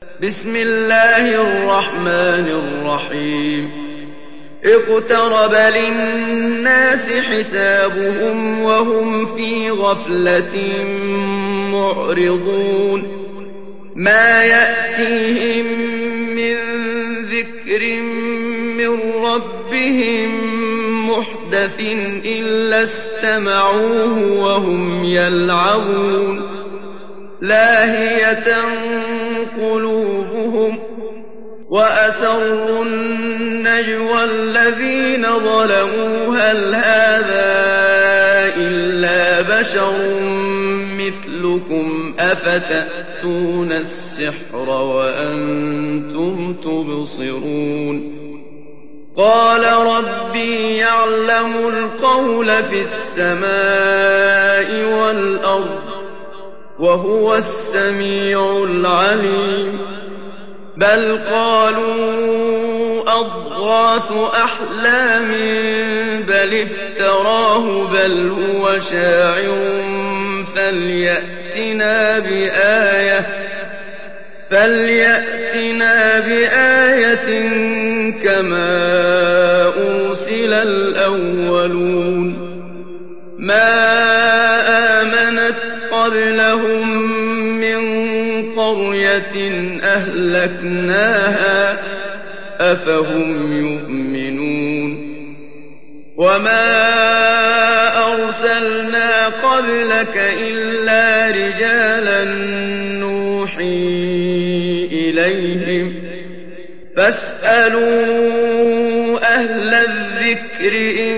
بسم الله الرحمن الرحيم اقترب للناس حسابهم وهم في غفلة معرضون ما يأتيهم من ذكر من ربهم محدث إلا استمعوه وهم يلعبون لاهية قلوبهم وأسروا النجوى الذين ظلموا هل هذا إلا بشر مثلكم أفتأتون السحر وأنتم تبصرون قال ربي يعلم القول في السماء والأرض وهو السميع العليم بل قالوا أضغاث أحلام بل افتراه بل هو شاعر فليأتنا بآية كما أرسل الأولون ما آمنت قبلهم من قرية أهلكناها أفهم يؤمنون وما أرسلنا قبلك إلا رجالا نوحي إليهم فاسألوا أهل الذكر إن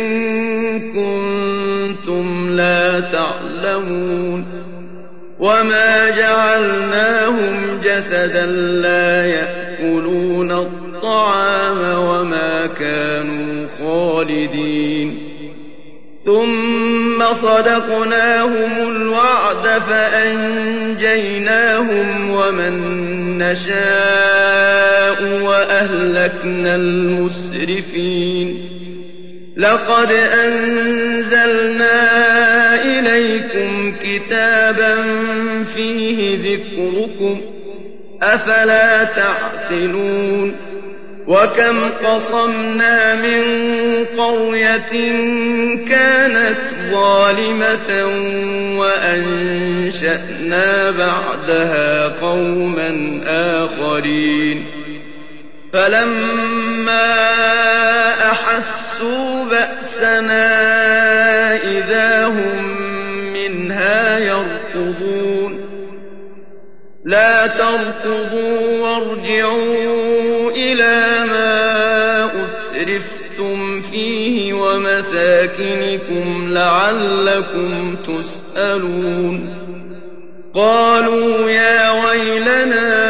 كنتم لا تعلمون وما جعلناهم جسدا لا يأكلون الطعام وما كانوا خالدين ثم صدقناهم الوعد فأنجيناهم ومن نشاء وأهلكنا المسرفين لقد أنزلنا إليكم كتابا فيه ذكركم أفلا تعقلون وكم قصمنا من قرية كانت ظالمة وأنشأنا بعدها قوما آخرين فلما أحسوا بأسنا إذا هم منها يركضون لا تركضوا وارجعوا إلى ما أترفتم فيه ومساكنكم لعلكم تسألون قالوا يا ويلنا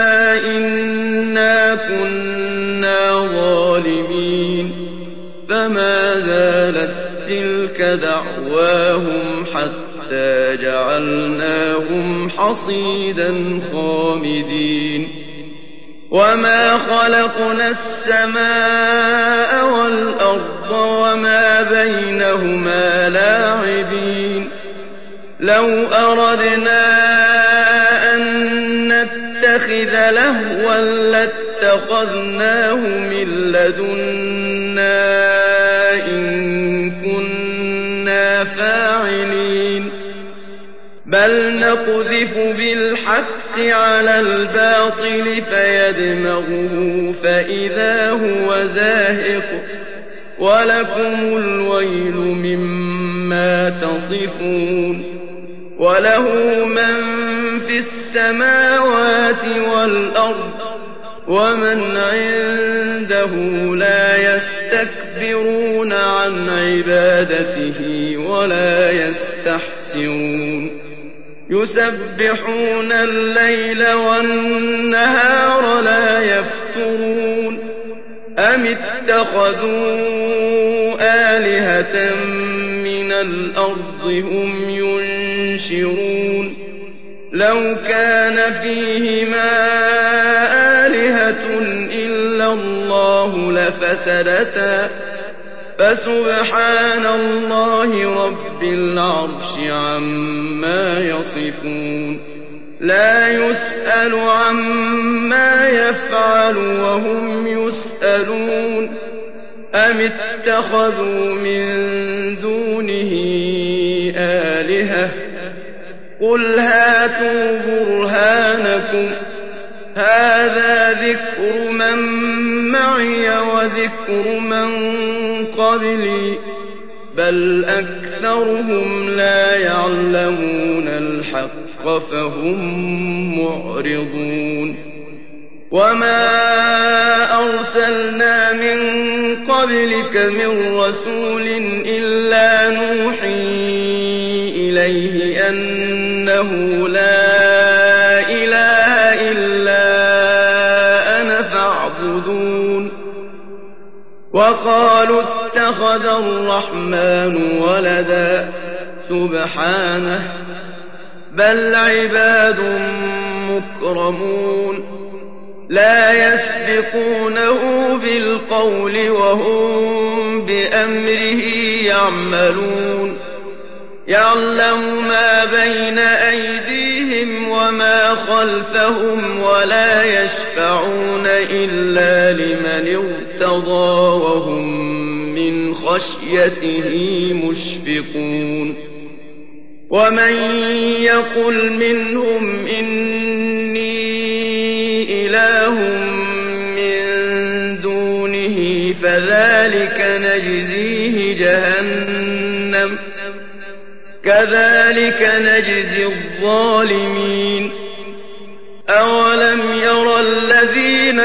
إنا كنا ظالمين فما زالت تلك دعواهم حتى جعلناهم حصيدا خامدين وما خلقنا السماء والأرض وما بينهما لاعبين لو أردنا أن نتخذ لهوا لاتخذناه من لدنا إن كنا فاعلين بل نقذف بالحق على الباطل فيدمغه فإذا هو زاهق ولكم الويل مما تصفون وله من في السماوات والأرض ومن عنده لا يستكبرون عن عبادته ولا يستحسرون يسبحون الليل والنهار لا يفترون أم اتخذوا آلهة من الأرض هم ينشرون لو كان فيهما آلهة إلا الله لفسدتا فسبحان الله رب العرش عما يصفون لا يسأل عما يفعل وهم يسألون أم اتخذوا من دونه آلهة قل هاتوا برهانكم هذا ذكر من معي وذكر من قبلي بل أكثرهم لا يعلمون الحق فهم معرضون وما أرسلنا من قبلك من رسول إلا نوحي إليه أنه لا إله إلا أنا فاعبدون وقالوا اتخذ الرحمن ولدا سبحانه بل عباد مكرمون لا يسبقونه بالقول وهم بأمره يعملون يعلم ما بين أيديهم وما خلفهم ولا يشفعون إلا لمن ارتضى وهم من خشيته مشفقون ومن يقل منهم إني إله من دونه فذلك نجزيه جهنم كذلك نجزي الظالمين أولم ير الذين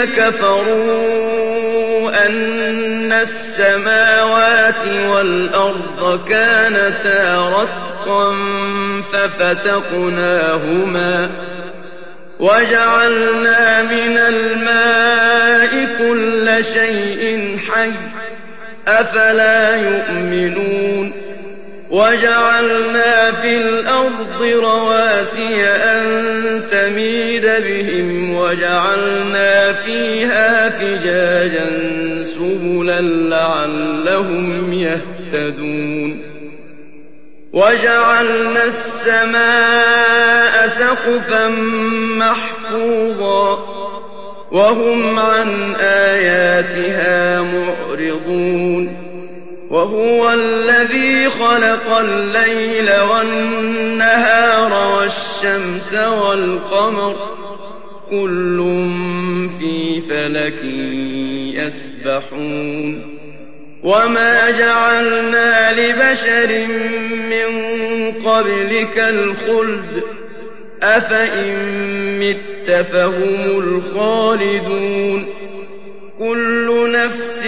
كفروا أن السماوات والأرض كانتا رتقا ففتقناهما وجعلنا من الماء كل شيء حي أفلا يؤمنون وجعلنا في الأرض رواسي أن تميد بهم وجعلنا فيها فجاجا سبلا لعلهم يهتدون وجعلنا السماء سقفا محفوظا وهم عن آياتها معرضون وهو الذي خلق الليل والنهار والشمس والقمر كل في فلك يسبحون وما جعلنا لبشر من قبلك الخلد أفإن مت فهم الخالدون كل نفس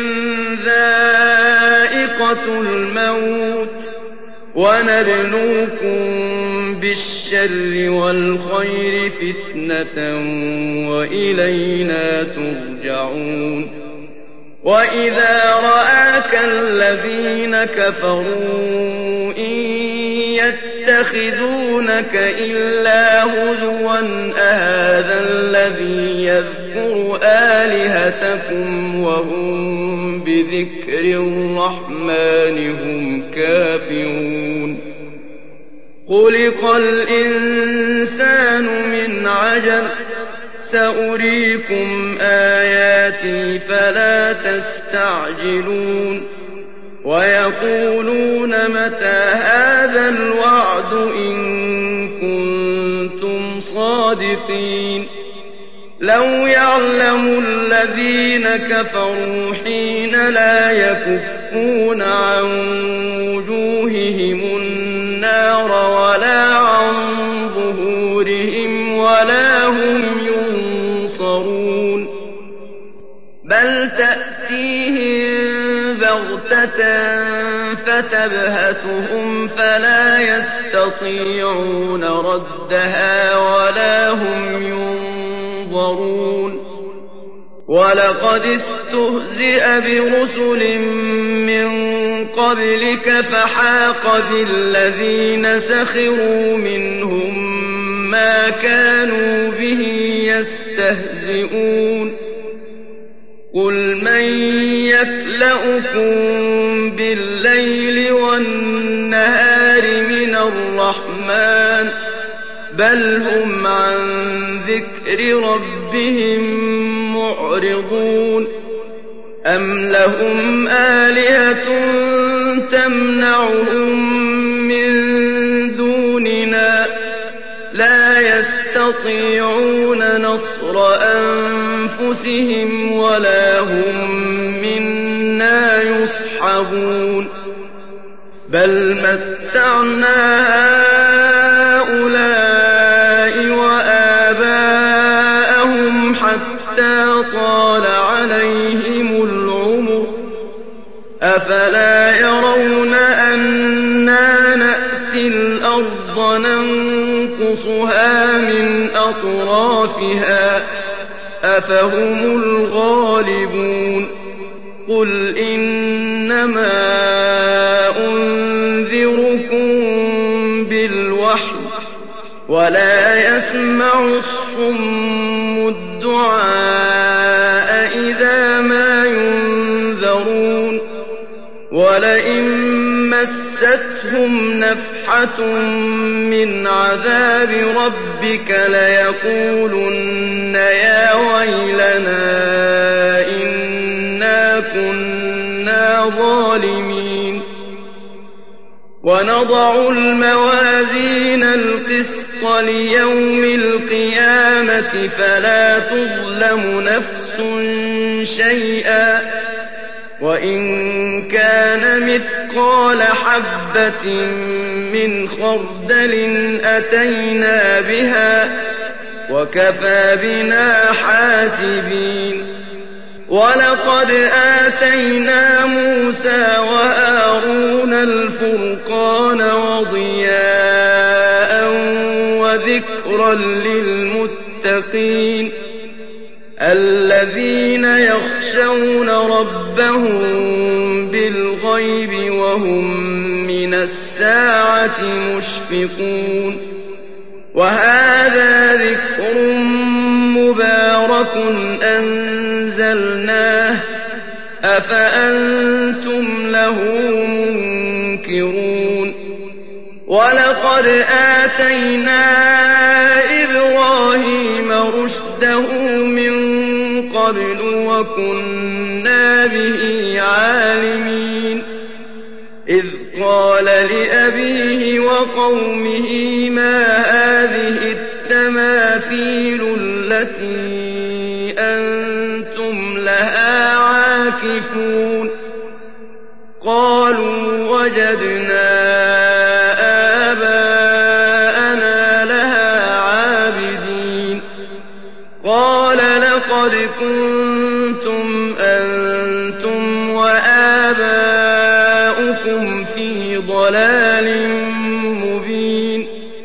ذائقة الموت ونبلوكم بالشر والخير فتنة وإلينا ترجعون وإذا رآك الذين كفروا إن يتخذونك إلا هزوا أهذا الذي يذكر آلهتكم وهم بذكر الرحمن هم كافرون خلق الإنسان من عجل سأريكم آياتي فلا تستعجلون ويقولون متى هذا الوعد إن كنتم صادقين لو يعلم الذين كفروا حين لا يكفون عن وجوههم النار ولا عن ظهورهم ولا هم ينصرون بل تأتيهم بغتة فتبهتهم فلا يستطيعون ردها ولا هم ينظرون ولقد استهزئ برسل من قبلك فحاق بالذين سخروا منهم ما كانوا به يستهزئون قل من يكلؤكم بالليل والنهار من الرحمن بل هم عن ذكر ربهم معرضون أم لهم آلهة تمنعهم من دوننا لا يستطيعون نصر أنفسهم ولا هم منا يصحبون بل متعنا هؤلاء وآباءهم حتى طال عليهم العمر أفلا يرون أنا نأتي الأرض ننقصها من أطرافها أفهم الغالبون قل إنما أنذركم بالوحي ولا يسمع الصم الدعاء إذا ما ينذرون ولئن مستهم نفحة من عذاب ربك ليقولن يا ويلنا إنا كنا ظالمين ونضع الموازين القسط ليوم القيامة فلا تظلم نفس شيئا وإن كان مثقال حبة من خردل أتينا بها وكفى بنا حاسبين ولقد آتينا موسى وهارون الفرقان وضياء وذكرا للمتقين الذين يخشون ربهم بالغيب وهم من الساعة مشفقون وهذا ذكر مبارك أنزلناه أفأنتم له منكرون ولقد آتينا إبراهيم رشده من قبل وكنا به عالمين إذ قال لأبيه وقومه ما هذه التماثيل التي أنتم لها عاكفون قالوا وجدنا آباءنا لها عابدين قال لقد كنتم أنتم وآباؤكم في ضلال مبين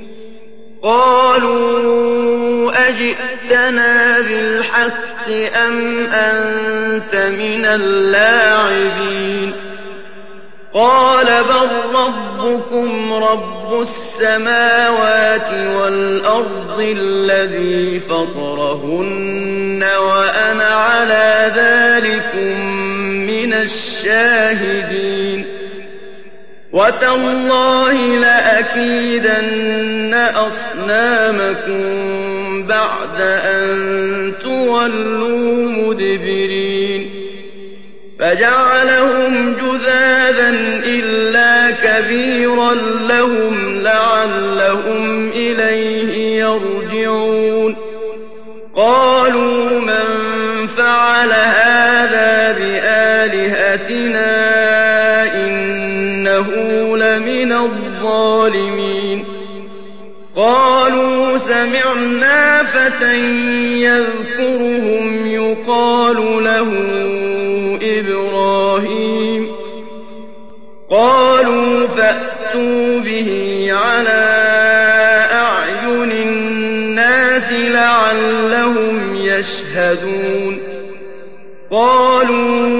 قالوا أجئتنا بالحق أم أنت من اللاعبين قال بل ربكم رب السماوات والأرض الذي فطرهن وأنا على ذلكم من الشاهدين وتالله لأكيدن أصنامكم بعد أن تولوا مدبرين فجعلهم جذاذا إلا كبيرا لهم لعلهم إليه يرجعون قالوا من فعل هذا بآلهتنا إنه لمن الظالمين قالوا سمعنا فتى يذكرهم يقال له إبراهيم قالوا فأتوا به على أعين الناس لعلهم يشهدون قالوا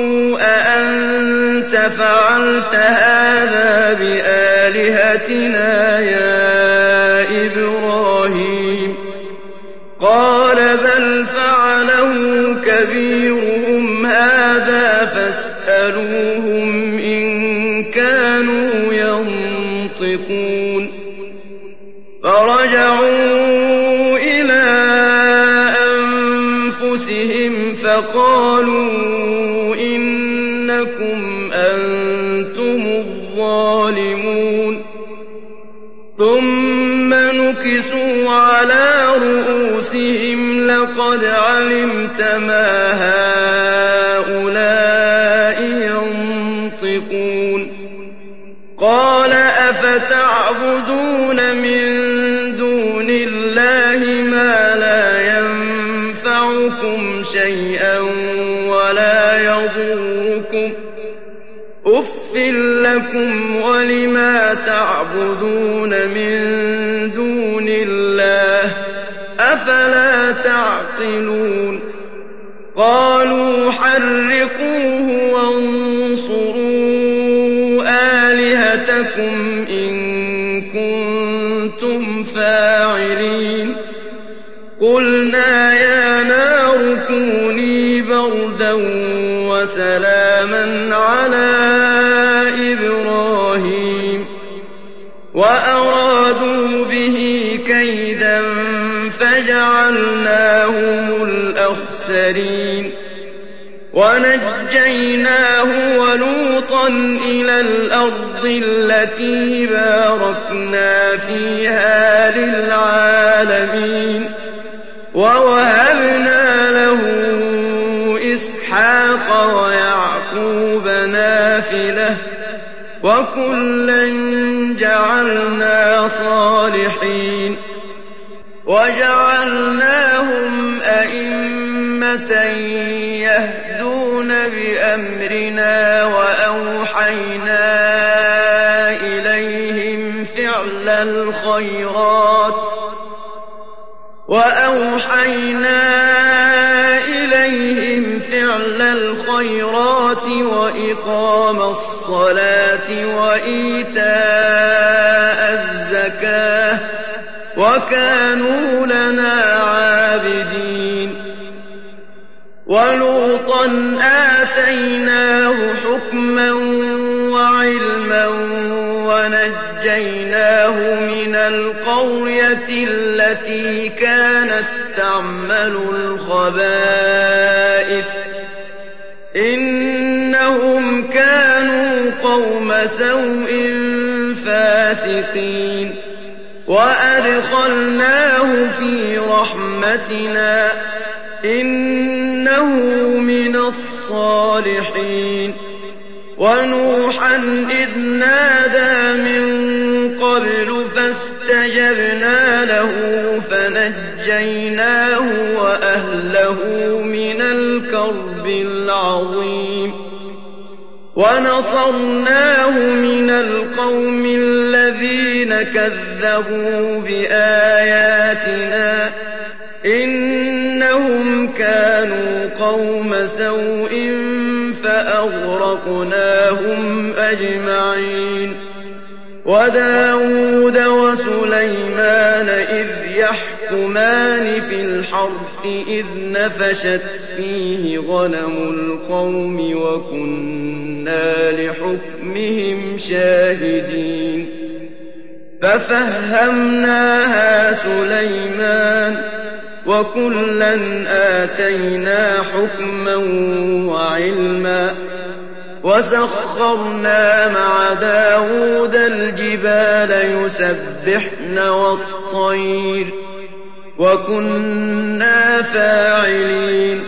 أأنت فعلت هذا بآلهتنا يا إبراهيم قال بل فعله كبيرهم هذا فاسألوهم إن كانوا ينطقون فرجعوا رؤوسهم فقالوا إنكم أنتم الظالمون ثم نكسوا على رؤوسهم لقد علمت ما هؤلاء ينطقون قال أفتعبدون من دون الله ما لا ينفعكم شيئا ولا يضركم أف لكم ولما تعبدون من دون الله أفلا تعقلون قالوا حرقوه وانصروا آلهتكم إن كنتم فاعلين قلنا يا نار كوني بردا وسلاما على إبراهيم وأرادوا به كيدا فجعلناهم الأخسرين ونجيناه ولوطا إلى الأرض التي باركنا فيها للعالمين ووهبنا له إسحاق ويعقوب نافلة وكلا جعلنا صالحين وجعلناهم أئمة يهدون بأمرنا وأوحينا إليهم فعل الخيرات وإقام الصلاة وإيتاء الزكاة وكانوا لنا عابدين ولوطا آتيناه حكما وعلما ونجيناه من القرية التي كانت تعمل الخبائث إنهم كانوا قوم سوء فاسقين وأدخلناه في رحمتنا إنه من الصالحين ونوحا إذ نادى من قبل فاستجبنا له فنجيناه وأهله من الكرب العظيم ونصرناه من القوم الذين كذبوا بآياتنا إنهم كانوا قوم سوء فأغرقناهم أجمعين وداود وسليمان إذ يحكمان في الحرث إذ نفشت فيه غنم القوم وكنا لحكمهم شاهدين ففهمناها سليمان وكلا آتينا حكما وعلما وسخرنا مع داود الجبال يسبحن والطير وكنا فاعلين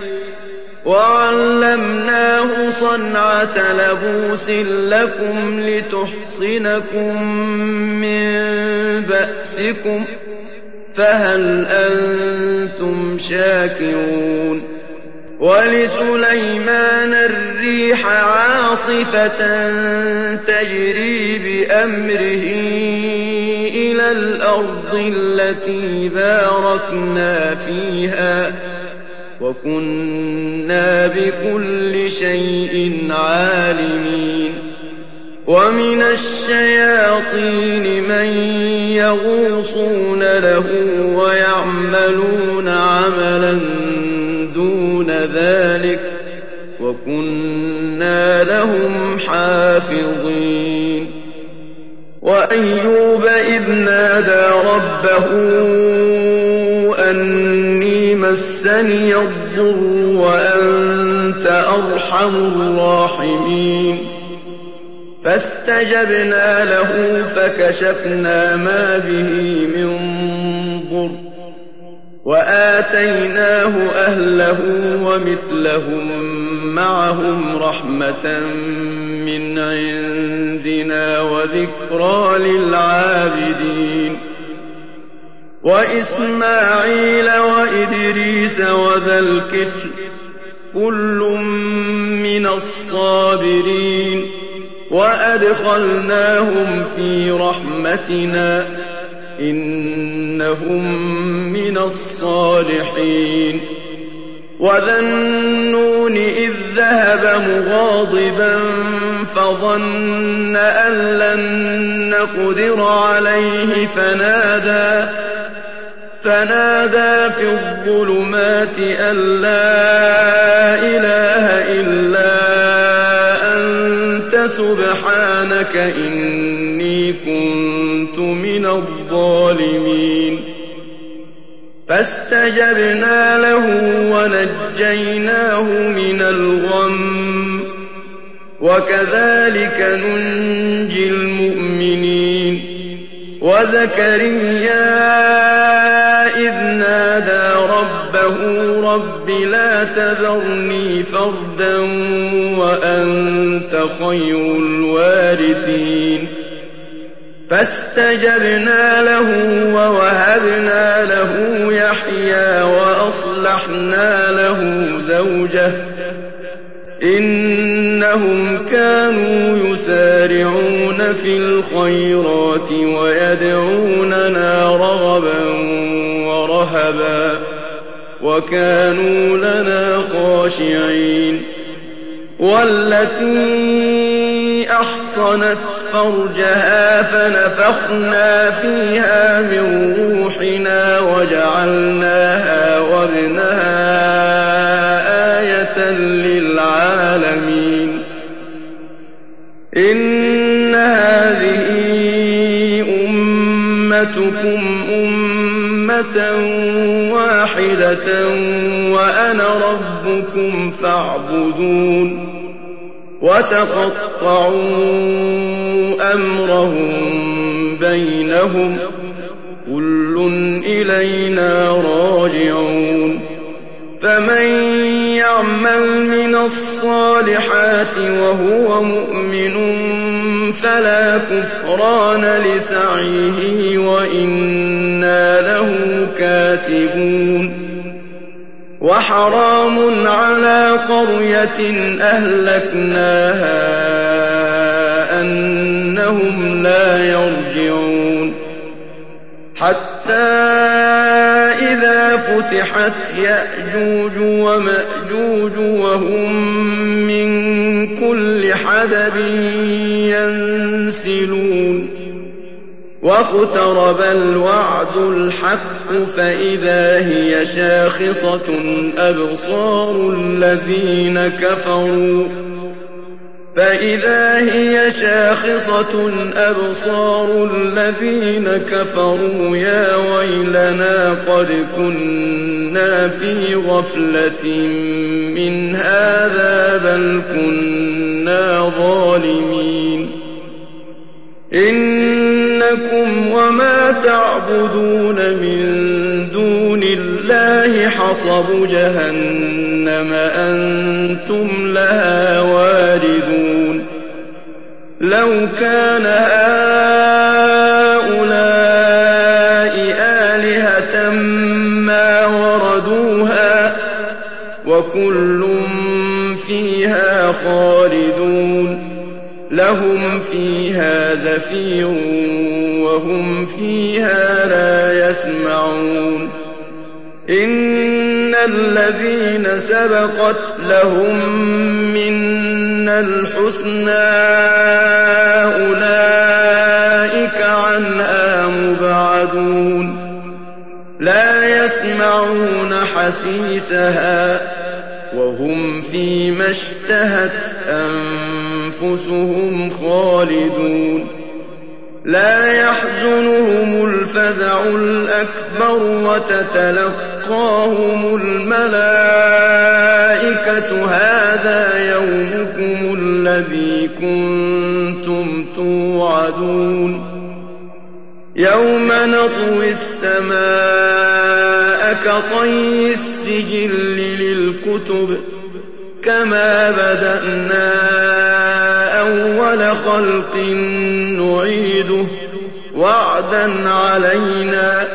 وعلمناه صنعة لبوس لكم لتحصنكم من بأسكم فهل أنتم شاكرون ولسليمان الريح عاصفة تجري بأمره إلى الأرض التي باركنا فيها وكنا بكل شيء عالمين ومن الشياطين من يغوصون له ويعملون عملا دون ذلك وكنا لهم حافظين وأيوب إذ نادى ربه أني مسني الضر وأنت أرحم الراحمين فاستجبنا له فكشفنا ما به من ضر وآتيناه أهله ومثلهم معهم رحمة من عندنا وذكرى للعابدين وإسماعيل وإدريس وذا الكفل كل من الصابرين وأدخلناهم في رحمتنا إنهم من الصالحين وذا النون إذ ذهب مغاضبا فظن أن لن نقدر عليه فنادى في الظلمات أن لا إله إلا أنت سبحانك إني كنت من الظالمين فاستجبنا له ونجيناه من الغم وكذلك ننجي المؤمنين وزكريا إذ نادى ربه رب لا تذرني فردا وأنت خير الوارثين فاستجبنا له ووهبنا له يحيى وأصلحنا له زوجه إنهم كانوا يسارعون في الخيرات ويدعوننا رغبا ورهبا وكانوا لنا خاشعين والتي أحصنت فرجها فنفخنا فيها من روحنا وجعلناها وابنها آية للعالمين إن هذه أمتكم أمة واحدة وأنا ربكم فاعبدون وتقطعوا أمرهم بينهم كل إلينا راجعون فمن يعمل من الصالحات وهو مؤمن فلا كفران لسعيه وإنا له كاتبون وحرام على قرية أهلكناها أنهم لا يرجعون حتى إذا فتحت يأجوج ومأجوج وهم من كل حدب ينسلون واقترب الوعد الحق فإذا هي شاخصة أبصار الذين كفروا يا ويلنا قد كنا في غفلة من هذا بل كنا ظالمين إنكم وما تعبدون من دون الله حصب جهنم أنتم لها واردون لو كان هؤلاء آلهة ما وردوها وكل فيها خالدون لهم فيها زفير وهم فيها لا يسمعون إن الذين سبقت لهم منا الحسنى أولئك عنها مبعدون لا يسمعون حسيسها وهم فيما اشتهت أنفسهم خالدون لا يحزنهم الفزع الأكبر وتتلقاهم الملائكة هذا يومكم الذي كنتم توعدون يوم نطوي السماء كطي السجل للكتب كما بدأنا أول خلق نعيده وعدا علينا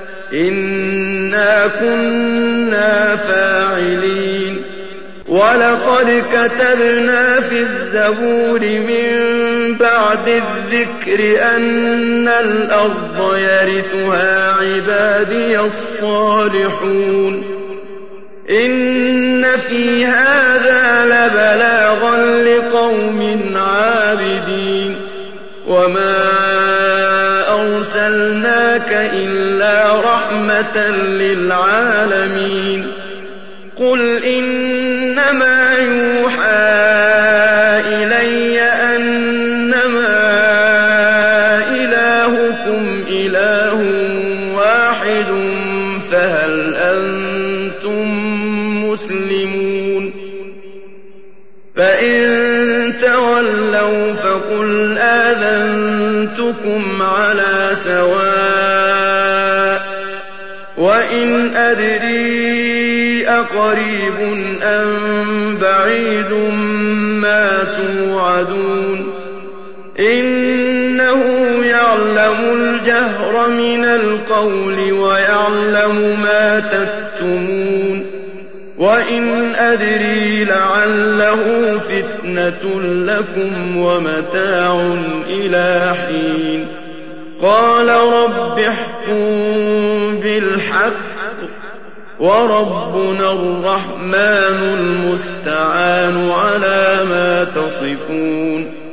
إنا كنا فاعلين ولقد كتبنا في الزبور من بعد الذكر أن الأرض يرثها عبادي الصالحون إن في هذا لبلاغا لقوم عابدين وما أرسلناك إلا رحمة للعالمين قل إنما يوحى إلي أنما إلهكم إله واحد فهل أنتم مسلمون فإن تولوا فقل آذنتكم على سواء وإن أدري أقريب أم بعيد ما توعدون إنه يعلم الجهر من القول ويعلم ما تكتمون وإن أدري لعله فتنة لكم ومتاع إلى حين قال رب احكم بالحق وربنا الرحمن المستعان على ما تصفون